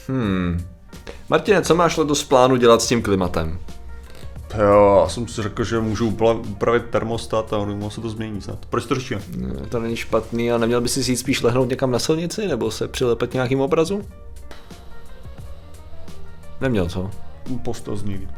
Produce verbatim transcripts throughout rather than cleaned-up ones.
Hmm. Martine, co máš letos v plánu dělat s tím klimatem? Jo, já jsem si řekl, že můžu upravit termostat a ono se to změní snad. Proč to řešíme? To není špatný a neměl by si jít spíš lehnout někam na silnici nebo se přilepet nějakým obrazu? Neměl, co? Postel zní líp.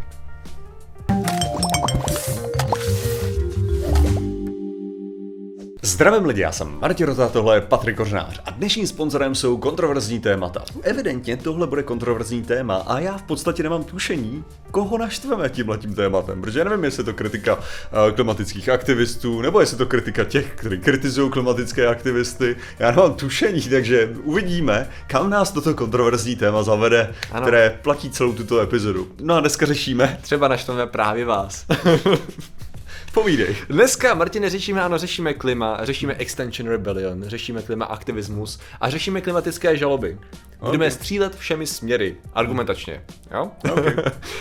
Zdravím lidi, já jsem Martin Rota, tohle je Patrik Kořnář a dnešním sponzorem jsou kontroverzní témata. Evidentně tohle bude kontroverzní téma a já v podstatě nemám tušení, koho naštveme tímhletím tématem, protože já nevím, jestli je to kritika klimatických aktivistů, nebo jestli je to kritika těch, kteří kritizují klimatické aktivisty. Já nemám tušení, takže uvidíme, kam nás toto kontroverzní téma zavede, ano, které platí celou tuto epizodu. No a dneska řešíme... Třeba naštveme právě vás. Povídej. Dneska, Martine, řešíme, ano, řešíme klima, řešíme Extinction Rebellion, řešíme klima aktivismus a řešíme klimatické žaloby. Budeme okay. střílet všemi směry, argumentačně, jo? Okay.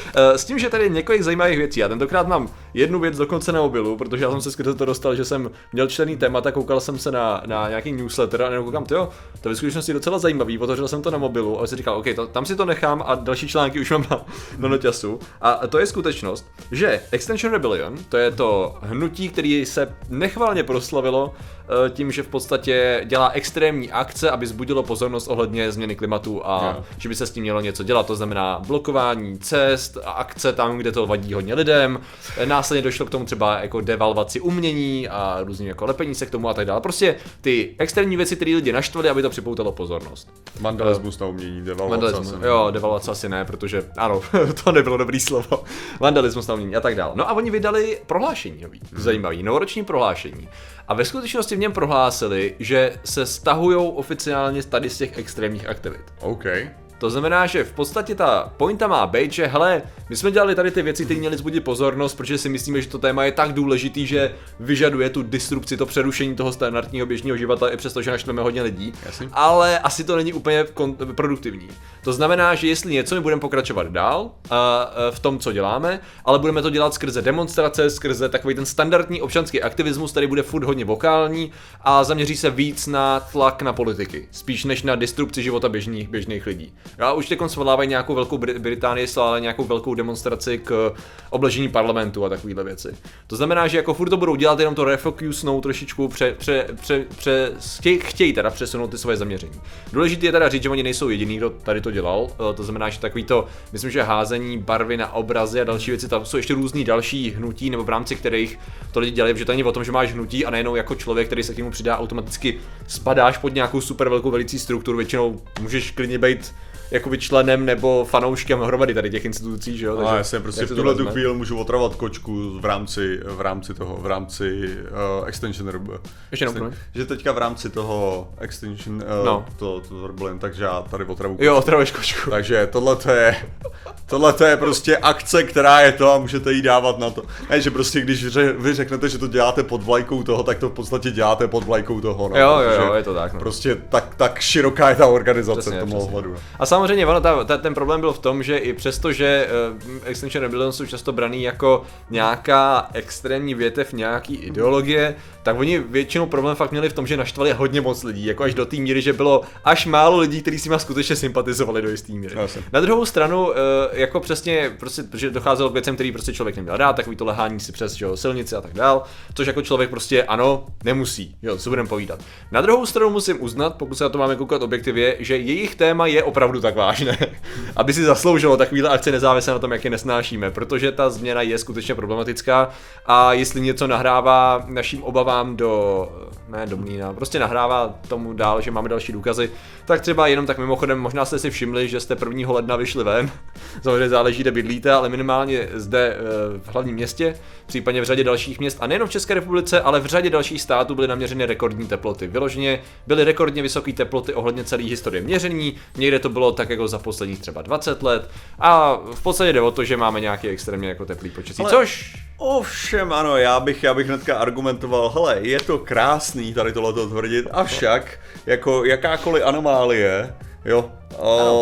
S tím, že tady je několik zajímavých věcí. Já tentokrát mám jednu věc dokonce na mobilu, protože já jsem se skrze to dostal, že jsem měl čtený témata, koukal jsem se na, na nějaký newsletter a nebo koukám, tyjo, to je v skutečnosti docela zajímavý, otevřel jsem to na mobilu a si říkal, OK, to, tam si to nechám a další články už mám na, na noťasu. A to je skutečnost, že Extinction Rebellion, to je to hnutí, který se nechvalně proslavilo tím, že v podstatě dělá extrémní akce, aby vzbudilo pozornost ohledně změny klimatu a yeah. že by se s tím mělo něco dělat. To znamená blokování cest a akce tam, kde to vadí hodně lidem. Následně došlo k tomu třeba jako devalvaci umění a různým jako lepení se k tomu a tak dále. Prostě ty extrémní věci, které lidi naštvali, aby to připoutalo pozornost. Vandalismus na umění, devalvace asi ne. Jo, devalvace asi ne, protože ano, to nebylo dobrý slovo. Vandalismus na umění a tak dále. No a oni vydali prohlášení nový, hmm. zajímavý, novoroční prohlášení. A ve skutečnosti v něm prohlásili, že se stahujou oficiálně tady z těch extrémních aktivit. OK. To znamená, že v podstatě ta pointa má být, že hele, my jsme dělali tady ty věci, které měly vzbudit pozornost, protože si myslíme, že to téma je tak důležitý, že vyžaduje tu disrupci, to přerušení toho standardního běžného života, i přesto, že naštveme hodně lidí. Jasně. Ale asi to není úplně kon- produktivní. To znamená, že jestli něco, my budeme pokračovat dál a, a v tom, co děláme, ale budeme to dělat skrze demonstrace, skrze takový ten standardní občanský aktivismus, který bude furt hodně vokální a zaměří se víc na tlak na politiky, spíš než na disrupci života běžných, běžných lidí. Já už teď svolávají nějakou velkou Británii, ale nějakou velkou demonstraci k obležení parlamentu a takovéhle věci. To znamená, že jako furt to budou dělat, jenom to refocusnou trošičku, pře, pře, pře, pře, chtějí, chtějí teda přesunout ty svoje zaměření. Důležité je teda říct, že oni nejsou jediný, kdo tady to dělal. To znamená, že takový to, myslím, že házení barvy na obrazy a další věci, tam jsou ještě různý další hnutí, nebo v rámci kterých to lidi dělají, protože to není o tom, že máš hnutí a nejenom jako člověk, který se k němu přidá, automaticky spadáš pod nějakou super velkou velicí strukturu, většinou můžeš klidně být jakoby členem nebo fanouškem hromady tady těch institucí, že jo? Takže, já jsem prostě v tuhle tu chvíli můžu otravovat kočku v rámci, v rámci toho, v rámci uh, Extinction Rebellion. Ještě Extin- že teďka v rámci toho Extinction, uh, no. to, to Rebellion, takže já tady otravu kočku. Jo, otravuješ kočku. Takže tohle to je, tohle to je prostě akce, která je to a můžete jí dávat na to. Ne, že prostě když ře, vy řeknete, že to děláte pod vlajkou toho, tak to v podstatě děláte pod vlajkou toho. No, jo, jo, jo, je to tak. No. Prostě tak, tak široká je ta organizace přesně, v tomhle ohledu. A samozřejmě ono, ta, ta, ten problém byl v tom, že i přesto, že uh, Extinction Rebellion jsou často braný jako nějaká extrémní větev nějaký ideologie, tak oni většinou problém fakt měli v tom, že naštvali hodně moc lidí, jako až do té míry, že bylo až málo lidí, kteří s nimi skutečně sympatizovali do jisté míry. Asi. Na druhou stranu, uh, jako přesně, prostě, protože docházelo k věcem, který prostě člověk neměl rád, takový to lehání si přes jo, silnici a tak dál, což jako člověk prostě ano, nemusí, jo, co budeme povídat. Na druhou stranu musím uznat, pokud se na to máme koukat objektivně, že jejich téma je opravdu tak vážné, aby si zasloužilo takovýhle akce nezávisle na tom, jak je nesnášíme, protože ta změna je skutečně problematická a jestli něco nahrává našim obavám do, ne do mlýna, prostě nahrává tomu dál, že máme další důkazy, tak třeba jenom tak mimochodem, možná jste si všimli, že jste prvního ledna vyšli ven, samozřejmě záleží, kde bydlíte, ale minimálně zde v hlavním městě, případně v řadě dalších měst a nejenom v České republice, ale v řadě dalších států byly naměřeny rekordní teploty. Vyloženě byly rekordně vysoké teploty ohledně celé historie měření, někde to bylo tak jako za posledních třeba dvacet let a v podstatě jde o to, že máme nějaký extrémně jako teplý počasí, ale... což... Ovšem ano, já bych, já bych hnedka argumentoval, hele, je to krásný tady tohleto tvrdit, avšak jako jakákoliv anomálie, jo, o,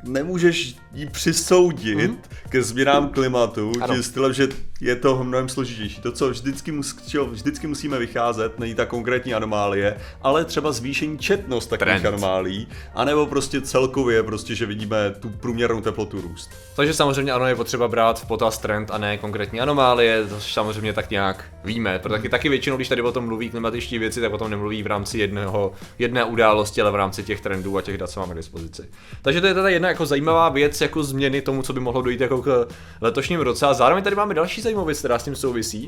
nemůžeš jí přisoudit mm. ke změnám klimatu, ano. že stylem, že je to mnohem složitější. To, co vždycky, mus, čo vždycky musíme vycházet, není ta konkrétní anomálie, ale třeba zvýšení četnost takových Trend. anomálií, anebo prostě celkově, prostě, že vidíme tu průměrnou teplotu růst. Takže samozřejmě ano, je potřeba brát v potaz trend a ne konkrétní anomálie, to samozřejmě tak nějak víme. Proto taky, taky většinou, když tady o tom mluví klimatičtí věci, tak o tom nemluví v rámci jednoho, jedné události, ale v rámci těch trendů a těch dat, co máme k dispozici. Takže to je teda jedna jako zajímavá věc, jako změny tomu, co by mohlo dojít jako k letošním roce. A zároveň tady máme další zajímavou věc, která s tím souvisí,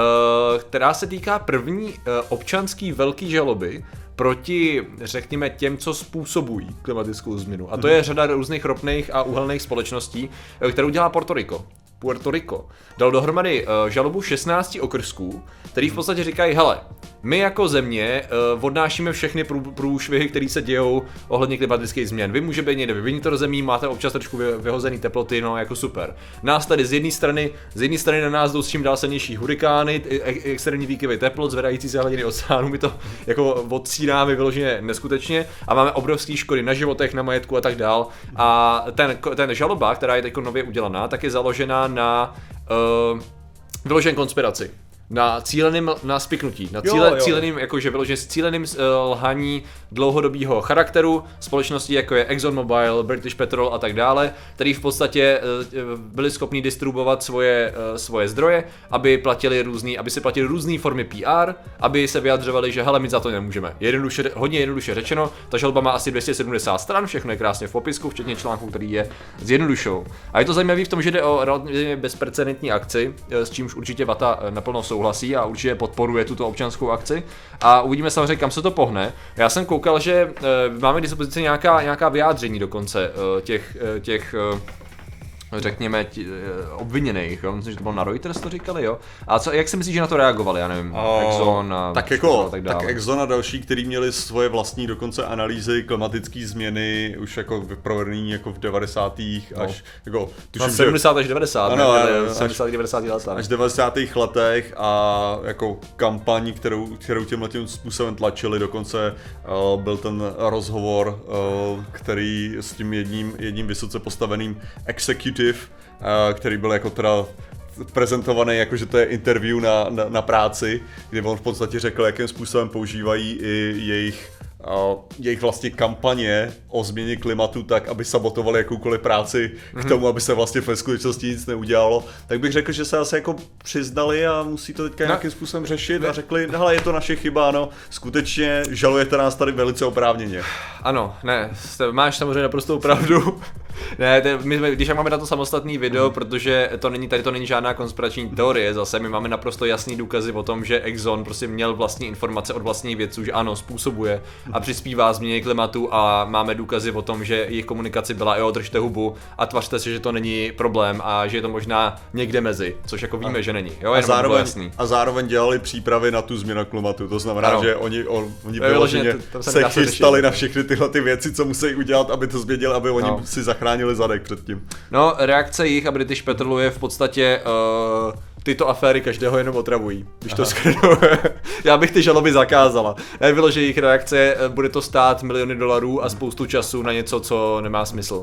která se týká první občanský velký žaloby proti, řekněme, těm, co způsobují klimatickou změnu. A to je řada různých ropných a uhelných společností, kterou dělá Puerto Rico. Puerto Rico dal dohromady uh, žalobu šestnácti okrsků, který v podstatě říkají, hele, my jako země uh, odnášíme všechny prů, průšvihy, které se dějou ohledně klimatických změn. Vy může být někde vyvinito do zemí, máte občas trošku vy, vyhozený teploty, no jako super. Nás tady z jedné strany, z jedné strany na nás jdou s čím dál silnější hurikány, extrémní výkyvy teplot, zvedající se hladiny oceánu, my to jako odsínáme vyloženě neskutečně a máme obrovské škody na životech, na majetku a tak dál. A ten, ten žaloba, která je teď nově udělaná, tak je založená na uh, vyložené konspiraci. Na cíleným na spiknutí, na cíle, jo, jo. cíleným, jakože vyloženě s cíleným uh, lhaní dlouhodobého charakteru společností, jako je ExxonMobil, British Petrol a tak dále, který v podstatě uh, byli schopni distribuovat svoje, uh, svoje zdroje, aby platili různý, aby si platili různé formy P R, aby se vyjadřovali, že hele, my za to nemůžeme. Jednoduše, hodně jednoduše řečeno, ta žaloba má asi dvě stě sedmdesát stran, všechno je krásně v popisku, včetně článku, který je zjednodušou. A je to zajímavé v tom, že jde o relativně bezprecedentní akci, s čímž určitě Vata naplno souhlasí a určitě podporuje tuto občanskou akci a uvidíme samozřejmě, kam se to pohne. Já jsem koukal, že e, máme k dispozici nějaká, nějaká vyjádření dokonce e, těch, e, těch e, řekněme, tí, obviněných, jo? Myslím, že to bylo na Reuters, to říkali, jo? A co, jak si myslíš, že na to reagovali, já nevím, uh, Exxon a tak jako, a tak dále. Tak Exxon a další, kteří měli svoje vlastní dokonce analýzy klimatické změny, už jako provedený jako v devadesátých no. až, jako, tuším, no, sedmdesát až devadesát, ano, ne, ano, sedmdesát až devadesát let. Až devadesátých letech a jako kampaň, kterou, kterou tímhletím způsobem tlačili, dokonce uh, byl ten rozhovor, uh, který s tím jedním, jedním vysoce postaveným executive, který byl jako teda prezentovaný jako, že to je interview na, na, na práci, kdy on v podstatě řekl, jakým způsobem používají i jejich Uh, jejich vlastně kampaně o změně klimatu tak, aby sabotovali jakoukoliv práci mm-hmm. k tomu, aby se vlastně ve skutečnosti nic neudělalo, tak bych řekl, že se asi jako přiznali a musí to teďka no. nějakým způsobem řešit a řekli, hele, je to naše chyba, no, skutečně žalujete nás tady velice oprávněně. Ano, ne, máš samozřejmě naprostou pravdu. Ne, my, když máme na to samostatný video, mm. protože to není, tady to není žádná konspirační teorie zase, my máme naprosto jasný důkazy o tom, že Exxon prostě měl vlastní informace od vlastních vědců, že ano, způsobuje a přispívá změně klimatu a máme důkazy o tom, že jejich komunikace byla jo, držte hubu a tvařte se, že to není problém a že je to možná někde mezi, což jako víme, a, že není, jo, a zároveň, a zároveň dělali přípravy na tu změnu klimatu, to znamená, ano. že oni, on, oni vyloženě se chystali na všechny tyhle ty věci, co musí udělat, aby to změnili, aby oni no. si zachránili zadek předtím. No, reakce jich a British Petrolu je v podstatě uh, tyto aféry každého jenom otravují, když Aha. to shrnu. Já bych ty žaloby zakázala. Nebylo, že jejich reakce bude to stát miliony dolarů a spoustu času na něco, co nemá smysl.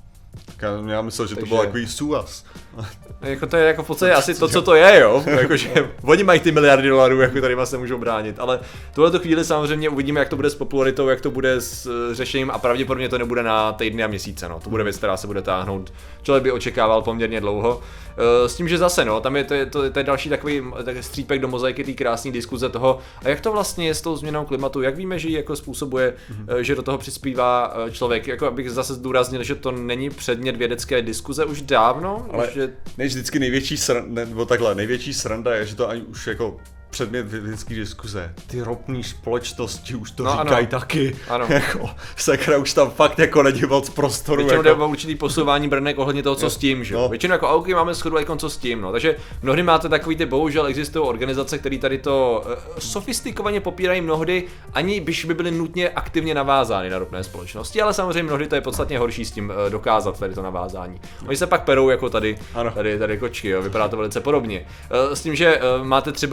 Já myslel, že Takže... to byl takový súhlas. Jako to je jako v podstatě asi to, co to je, jo. Jakože oni mají ty miliardy dolarů, jako tady se můžou bránit, ale tuhle chvíli samozřejmě uvidíme, jak to bude s popularitou, jak to bude s řešením a pravděpodobně to nebude na týdny a měsíce, no. To bude věc, která se bude táhnout. Člověk by očekával poměrně dlouho. S tím, že zase, no, tam je to, to, to je další takový střípek do mozaiky té krásné diskuze toho, a jak to vlastně je s tou změnou klimatu, jak víme, že ji jako způsobuje, mm-hmm. že do toho přispívá člověk. Jako abych zase zdůraznil, že to není předmět vědecké diskuze už dávno, ale už je... než vždycky největší sranda, nebo takhle, největší sranda je, že to ani už jako předmět vědecké diskuze. Ty ropné společnosti už to no, říkají ano. taky. Ano. Jako, sakra, už tam fakt jako není moc prostoru. Většinou jako... jde o určitý posouvání brnek ohledně toho, co no. s tím, že? No. Většinou jako, OK, máme schodu, jako co s tím, no. Takže mnohdy máte takový ty, bohužel existují organizace, které tady to uh, sofistikovaně popírají mnohdy, ani byž by byly nutně aktivně navázány na ropné společnosti, ale samozřejmě mnohdy to je podstatně horší s tím uh, dokázat tady to navázání. Oni se pak perou jako tady, tady, tady kočky, jo. Vypadá to velice podobně. Uh, s tím, že uh, máte třeba u nás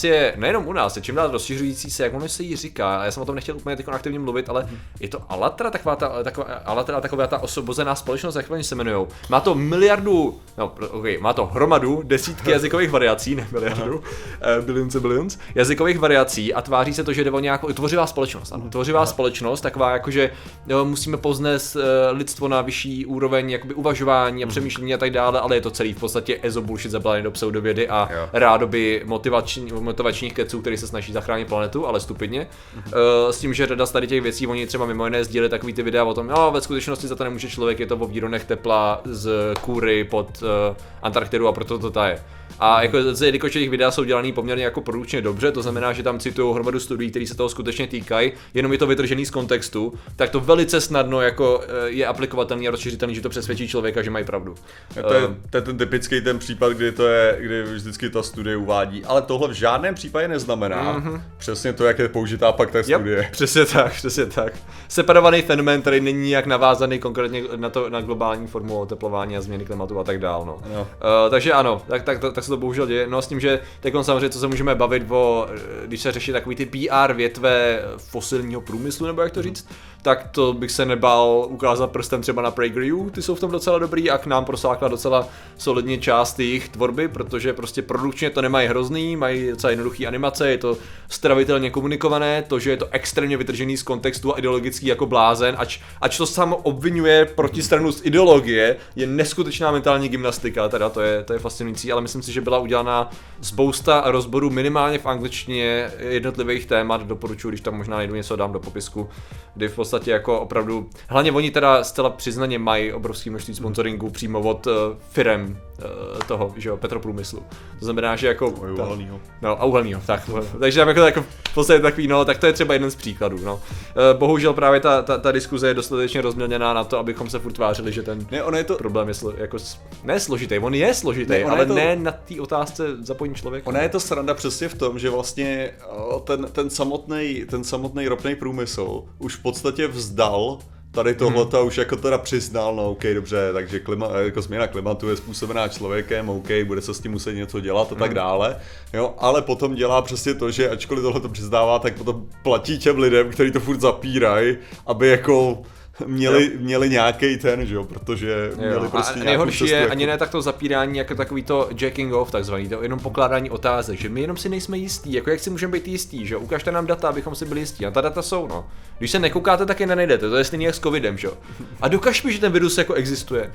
je nejenom u nás, je čím dál rozšiřující se, jak ono se jí říká, já jsem o tom nechtěl úplně teď aktivně mluvit, ale mm. je to Alatra, taková ta, taková, Alatra, taková ta osobozená společnost, jak oni se jmenujou. Má to miliardu, no okay, má to hromadu, desítky jazykových variací, ne miliardu, uh, billions a billions, jazykových variací a tváří se to, že jde o nějakou tvořivá společnost, ano, tvořivá Aha. společnost, taková jakože jo, musíme poznést uh, lidstvo na vyšší úroveň jakoby uvažování a mm. přemýšlení a tak dále, ale je to celý v podstatě ezo bullshit zabalený do pseudovědy a jo. rádoby motivační, motivačních keců, který se snaží zachránit planetu, ale stupidně. Mm-hmm. Uh, s tím, že řada z tady těch věcí, oni třeba mimo jiné sdíleli takový ty videa o tom, no ve skutečnosti za to nemůže člověk, je to o výronech tepla z kůry pod uh, Antarktidu a proto to ta je. A jako, jelikož těch videa jsou dělaný poměrně jako produkčně dobře, to znamená, že tam citují hromadu studií, které se toho skutečně týkají, jenom je to vytržený z kontextu, tak to velice snadno jako je aplikovatelný a rozšířitelný, že to přesvědčí člověka, že mají pravdu. To je, to je ten typický ten případ, kdy to je, kdy vždycky ta studie uvádí, ale tohle v žádném případě neznamená mm-hmm. přesně to, jak je použitá pak ta studie. Yep, přesně tak, přesně tak. Separovaný fenomén, který není jak navázaný konkrétně na to na globální formu oteplování a změny klimatu a tak dál, no. no. Uh, takže ano, tak, tak, tak, tak se to bohužel děje. No s tím, že teď samozřejmě co se můžeme bavit o, když se řeší takový ty P R větve fosilního průmyslu, nebo jak to říct, tak to bych se nebál ukázat prstem třeba na PragerU, ty jsou v tom docela dobrý a k nám prosákla docela solidně část jejich tvorby, protože prostě produkčně to nemají hrozný, mají docela jednoduchý animace, je to stravitelně komunikované, to, že je to extrémně vytržený z kontextu a ideologický jako blázen, ač, ač to samo obvinuje protistranu z ideologie, je neskutečná mentální gymnastika, teda to je, to je fascinující, ale myslím si, že byla udělaná spousta rozborů minimálně v angličtině jednotlivých témat, doporučuji, když tam možná najdu něco, dám do popisku, kdy v podstatě jako opravdu, hlavně oni teda zcela přiznaně mají obrovský množství sponsoringu přímo od uh, firem uh, toho, že jo, petroprůmyslu. To znamená, že jako... A uhelnýho. No, a uhelnýho, tak. Takže tam jako, jako v podstatě takový, no, tak to je třeba jeden z příkladů, no. Uh, bohužel právě ta, ta, ta diskuze je dostatečně rozmělněná na to, abychom se furt tvářili, že ten ne, ono je to... problém je slo, jako, ne složitý, on je složitý, ne, ale to... ne na té otázce zapojení člověka. Ona je to sranda přesně v tom, že vlastně ten, ten samotný ten samotný ropný průmysl už v podstatě vzdal tady tohleta hmm. už jako teda přiznal, no ok, dobře, takže klima, jako změna klimatu je způsobená člověkem, ok, bude se s tím muset něco dělat a tak dále, jo, ale potom dělá přesně to, že ačkoliv tohle to přiznává, tak potom platí těm lidem, kteří to furt zapírají, aby jako Měli, měli nějaký ten, že jo, protože měli jo. prostě a nejhorší je jako... ani ne tak to zapírání, jako takový to jacking off takzvaný, to jenom pokládání otázek, že my jenom si nejsme jistí, jako jak si můžeme být jistí, že ukažte nám data, abychom si byli jistí, a ta data jsou, no. Když se nekoukáte, tak je nenajdete, to je stejný jak s covidem, že jo. A dokaž mi, že ten virus jako existuje.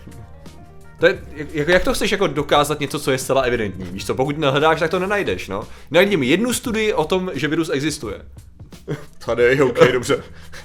To je, jak, jak to chceš jako dokázat něco, co je zcela evidentní, víš co, pokud nehledáš, tak to nenajdeš, no. Najdi mi jednu studii o tom, že virus existuje. Tady je, ok, dobře.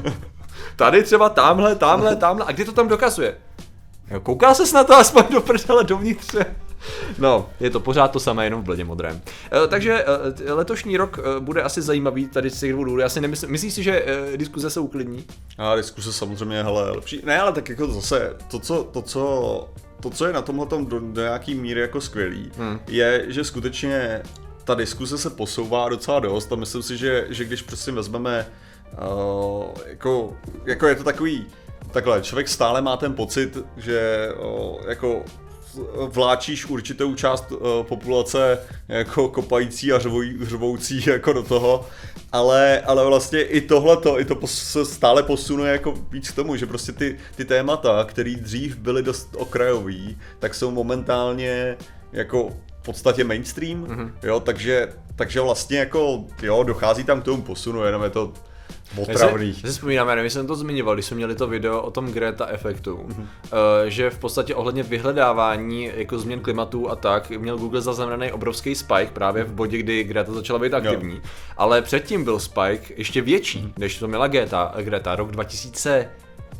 Tady třeba tamhle, tamhle, tamhle, a kde to tam dokazuje? Kouká ses na to aspoň do prdele dovnitř. No, je to pořád to samé, jenom v bledě modrém. E, takže e, letošní rok e, bude asi zajímavý tady z těch dvou důvodů. Já si nemyslím, myslíš si, že e, diskuze se uklidní? A diskuze samozřejmě, hele, lepší. Ne, ale tak jako zase, to, co, to, co, to, co je na tomhle tom do, do nějaký míry jako skvělý, hmm. je, že skutečně ta diskuze se posouvá docela dost a myslím si, že, že když prostě vezmeme Uh, jako, jako je to takový, takhle, člověk stále má ten pocit, že uh, jako vláčíš určitou část uh, populace jako kopající a řvoucí, řvoucí jako do toho, ale, ale vlastně i tohleto, i to pos, se stále posunuje jako víc k tomu, že prostě ty, ty témata, které dřív byly dost okrajový, tak jsou momentálně jako v podstatě mainstream, mm-hmm. jo, takže, takže vlastně jako, jo, dochází tam k tomu posunu, jenom je to otravný. Já si vzpomínám, já nevím, jsem to zmiňoval, když jsme měli to video o tom Greta efektu, mm-hmm. uh, že v podstatě ohledně vyhledávání jako změn klimatu a tak, měl Google zaznamenaný obrovský spike právě v bodě, kdy Greta začala být aktivní, jo. Ale předtím byl spike ještě větší, mm-hmm. než to měla Greta, Greta rok dva tisíce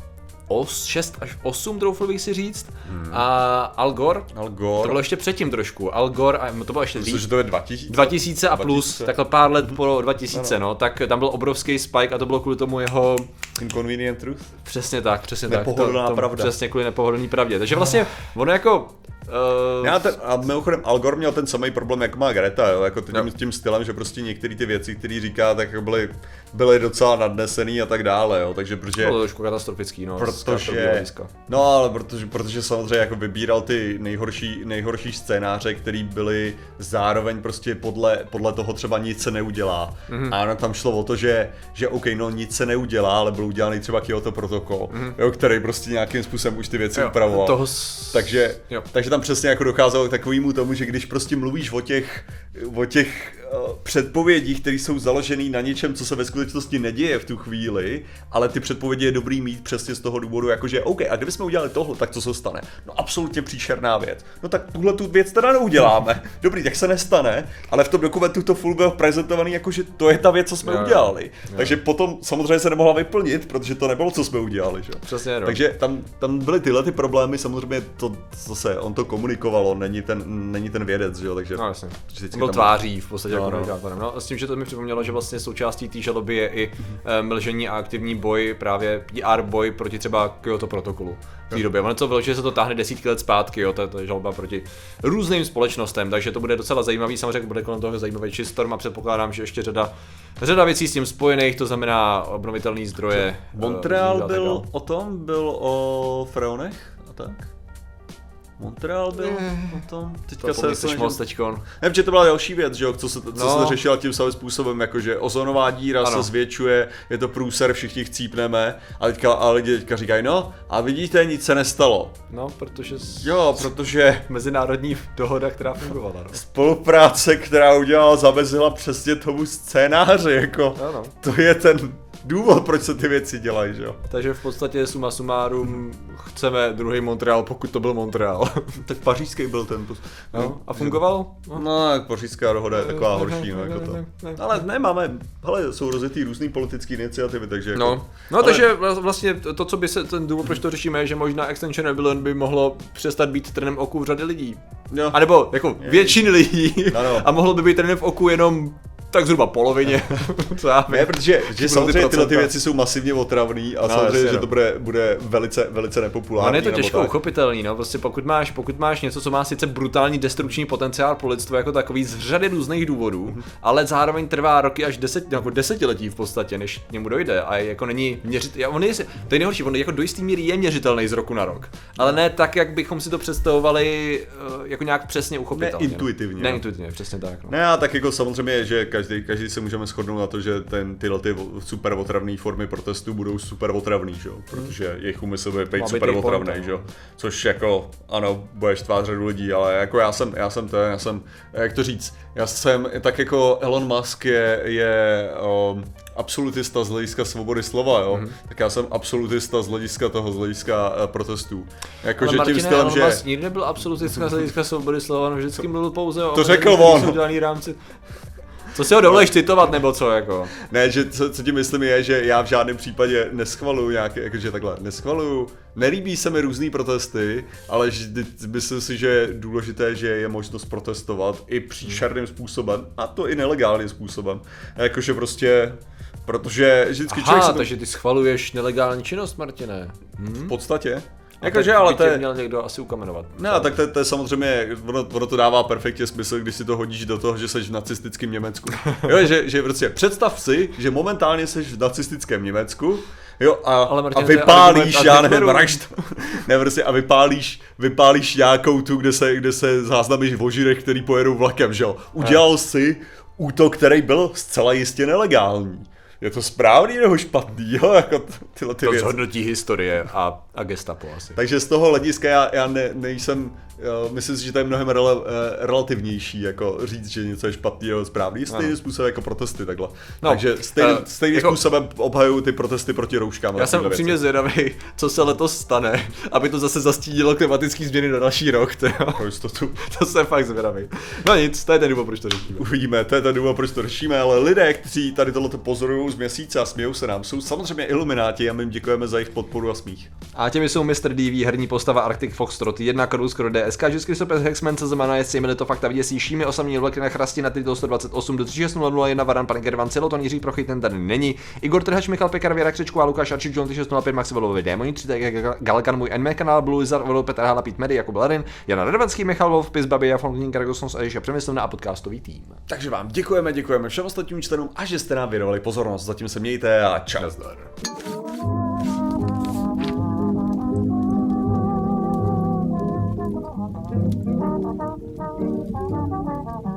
šest až osm, troufl bych si říct, hmm. a Al Gore, Al Gore, to bylo ještě předtím trošku, Al Gore, a to bylo ještě Myslím, že to je dva tisíce? dva tisíce a plus, dva tisíce. Takhle pár let po dva tisíce, no, tak tam byl obrovský spike a to bylo kvůli tomu jeho... Inconvenient truth? Přesně tak, přesně nepohodlná tak. Nepohodlná pravda. Přesně kvůli nepohodlný pravdě, takže vlastně ono jako... Uh, Já ten, a mimochodem Al Gore měl ten samý problém, jako má Greta, jo, jako tím, no. tím stylem, že prostě některé ty věci, které říká, tak byly, byly docela nadnesený a tak dále, jo, takže protože... To bylo trošku katastrofický, no, protože, no ale protože, protože samozřejmě jako vybíral ty nejhorší, nejhorší scénáře, které byly zároveň prostě podle, podle toho třeba nic se neudělá. Mm-hmm. A tam šlo o to, že, že OK, no nic se neudělá, ale byl udělaný třeba Kyoto protokol, mm-hmm. jo, který prostě nějakým způsobem už ty věci jo, upravoval. Toho s... takže, takže tam přesně jako docházelo k takovému tomu, že když prostě mluvíš o těch, o těch uh, předpovědích, které jsou založené na něčem, co se ve skutečnosti neděje v tu chvíli, ale ty předpovědi je dobrý mít přesně z toho důvodu, jakože OK, a kdybychom udělali tohle, tak co se stane? No absolutně příšerná věc. No tak tuhle tu věc teda neuděláme. Dobrý, tak se nestane, ale v tom dokumentu to full bylo prezentovaný jakože to je ta věc, co jsme jo, udělali. Jo. Takže potom samozřejmě se nemohla vyplnit, protože to nebylo, co jsme udělali, že? Přesně, no. Takže tam, tam byly tyhle ty problémy, samozřejmě to zase on to komunikovalo, není ten, není ten vědec, že jo, takže... No jasně, byl tváří v podstatě no, komunikátorem. No. No, s tím, že to mi připomnělo, že vlastně součástí té žaloby je i mm-hmm. mlžení a aktivní boj, právě P R boj proti třeba Kyoto protokolu v té době. Ono to bylo, že se to táhne desítky let zpátky, jo, to je žaloba proti různým společnostem, takže to bude docela zajímavý, samozřejmě bude kolem toho zajímavý shitstorm a předpokládám, že ještě řada, řada věcí s tím spojených, to znamená obnovitelné zdroje. Montreal uh, byl o tom, byl o freonech a tak? Montreal byl o tom, teďka to se se moc teďkon. Ne, protože to byla další věc, že jo, co se, co no. se řešila tím samým způsobem, jakože ozonová díra ano. se zvětšuje, je to průser, všichni chcípneme a teďka a lidi teďka říkají, no a vidíte, nic se nestalo. No, protože... Jo, protože... Mezinárodní dohoda, která fungovala, no. Spolupráce, která udělala, zamezila přesně tomu scénáři, jako, ano. to je ten... důvod, proč se ty věci dělají, že jo? Takže v podstatě suma sumárum chceme druhý Montreal, pokud to byl Montreal. Tak pařížský byl ten. No, a fungoval? No, no tak pařížská dohoda je taková horší, no, jako to. Ale ne, máme, hele, jsou rozjetý různý politické iniciativy, takže jako... No, no ale... takže vlastně to, co by se, ten důvod, proč to řešíme, je, že možná Extinction Rebellion by mohlo přestat být trnem oku řady lidí. Jo. A nebo jako je. většiny lidí. Ano. A mohlo by být trnem v oku jenom tak zhruba polovině. Co já ne, protože že samozřejmě tyhle ty věci jsou masivně otravný a no, samozřejmě, jasně, že to bude, bude velice, velice nepopulární. No, je to těžko uchopitelný, no, prostě pokud máš, pokud máš něco, co má sice brutální destrukční potenciál pro lidstvo jako takový z řady různých důvodů, mm-hmm. ale zároveň trvá roky až deset, jako desetiletí v podstatě, než k němu dojde a jako není měřit, on je, to je nejhorší, on jako do jistý míry je měřitelný z roku na rok, ale ne tak, jak bychom si to představovali jako nějak přesně uchopitelně. Ne intuitivně. Ne intuitivně, přesně tak. No. Ne, a tak jako samozřejmě, že každý, každý se můžeme shodnout na to, že ten, tyhle ty super otravné formy protestů budou super otravný, že jo? Protože hmm. jejich úmysl bude být super otravný, že jo? Což jako, ano, budeš tvát řadu lidí, ale jako já jsem, já jsem to, já jsem, jak to říct, já jsem, tak jako Elon Musk je, je um, absolutista z hlediska svobody slova, jo? Mm-hmm. Tak já jsem absolutista z hlediska toho, z hlediska uh, protestů. Jako, ale že Martine, tím stylem, Elon Musk nikdy nebyl absolutista z hlediska svobody slova, no vždycky mluvil pouze o... To řekl on! Rámci. Co si ho dovolíš citovat, nebo co, jako? Ne, že co, co tím myslím je, že já v žádném případě neschvaluju nějaké, jakože takhle, neschvaluju, nelíbí se mi různý protesty, ale myslím si, že je důležité, že je možnost protestovat i příšerným způsobem, a to i nelegálním způsobem, jakože prostě, protože vždycky Aha, člověk se... takže ty schvaluješ nelegální činnost, Martine? Hmm? V podstatě. Jakože, ale to je... měl někdo asi ukamenovat. Ne, tak to, to je samozřejmě, ono, ono to dává perfektně smysl, když si to hodíš do toho, že seš v nacistickém Německu. Jo, že, že prostě představ si, že momentálně seš v nacistickém Německu, jo, a, Martin, a vypálíš, já nevím, rašt, ne, prostě, a vypálíš, vypálíš nějakou tu, kde se, kde se záznamíš v ožírech, který pojedou vlakem, že jo. Udělal si útok, který byl zcela jistě nelegální. Je to správný nebo špatný, jo, jako tyhle ty to věci. To zhodnotí historie a, a gestapo asi. Takže z toho hlediska já, já ne, nejsem, jo, myslím si, že to je mnohem rele, relativnější, jako říct, že něco je špatný nebo správný, stejný způsob jako protesty takhle. No, Takže stejný, uh, stejným jako, způsobem obhajují ty protesty proti rouškám. Já jsem upřímně zvědavý, co se letos stane, aby to zase zastínilo klimatické změny na další rok, to jsem fakt zvědavý. No nic, to je ten důvod, proč to řešíme. Uvidíme, to je ten důvod, proč to řešíme, ale lidé, kteří tady tohleto pozorují, jdou z měsíce a smějou se nám. Jsou samozřejmě ilumináti a my jim děkujeme za jejich podporu a smích. A těmi jsou mister D V, herní postava Arctic Foxtrot, jedna Krus, Kro D S K, Český Sopes, Hexman, Cezemana, Jestli to fakta vyděsí, Šími, osamní vlek na chrasti na Tito sto dvacet osm do tři šest nula nula jedna, Varan, Panker, Van, Celoton, Jiří Prochy, ten tady není, Igor Trhač, Michal Pekar, Věra Křečku a Lukáš Arčík, John tři šest nula pět, Maxi Volovi, Démoni, tři Galkan, můj N M kanál, Blue Wizard, Volo, Petr Hala, Pít Medy, Jakub Larin, Jana Radvanský, Michal Wolf, Pis, Babi, Fontín, Karagosnos a Ježa Přemyslovna a podcastový tým. Takže vám děkujeme, děkujeme všem ostatním členům a že jste nám věnovali pozornost. Zatím se mějte a čau. Thank you.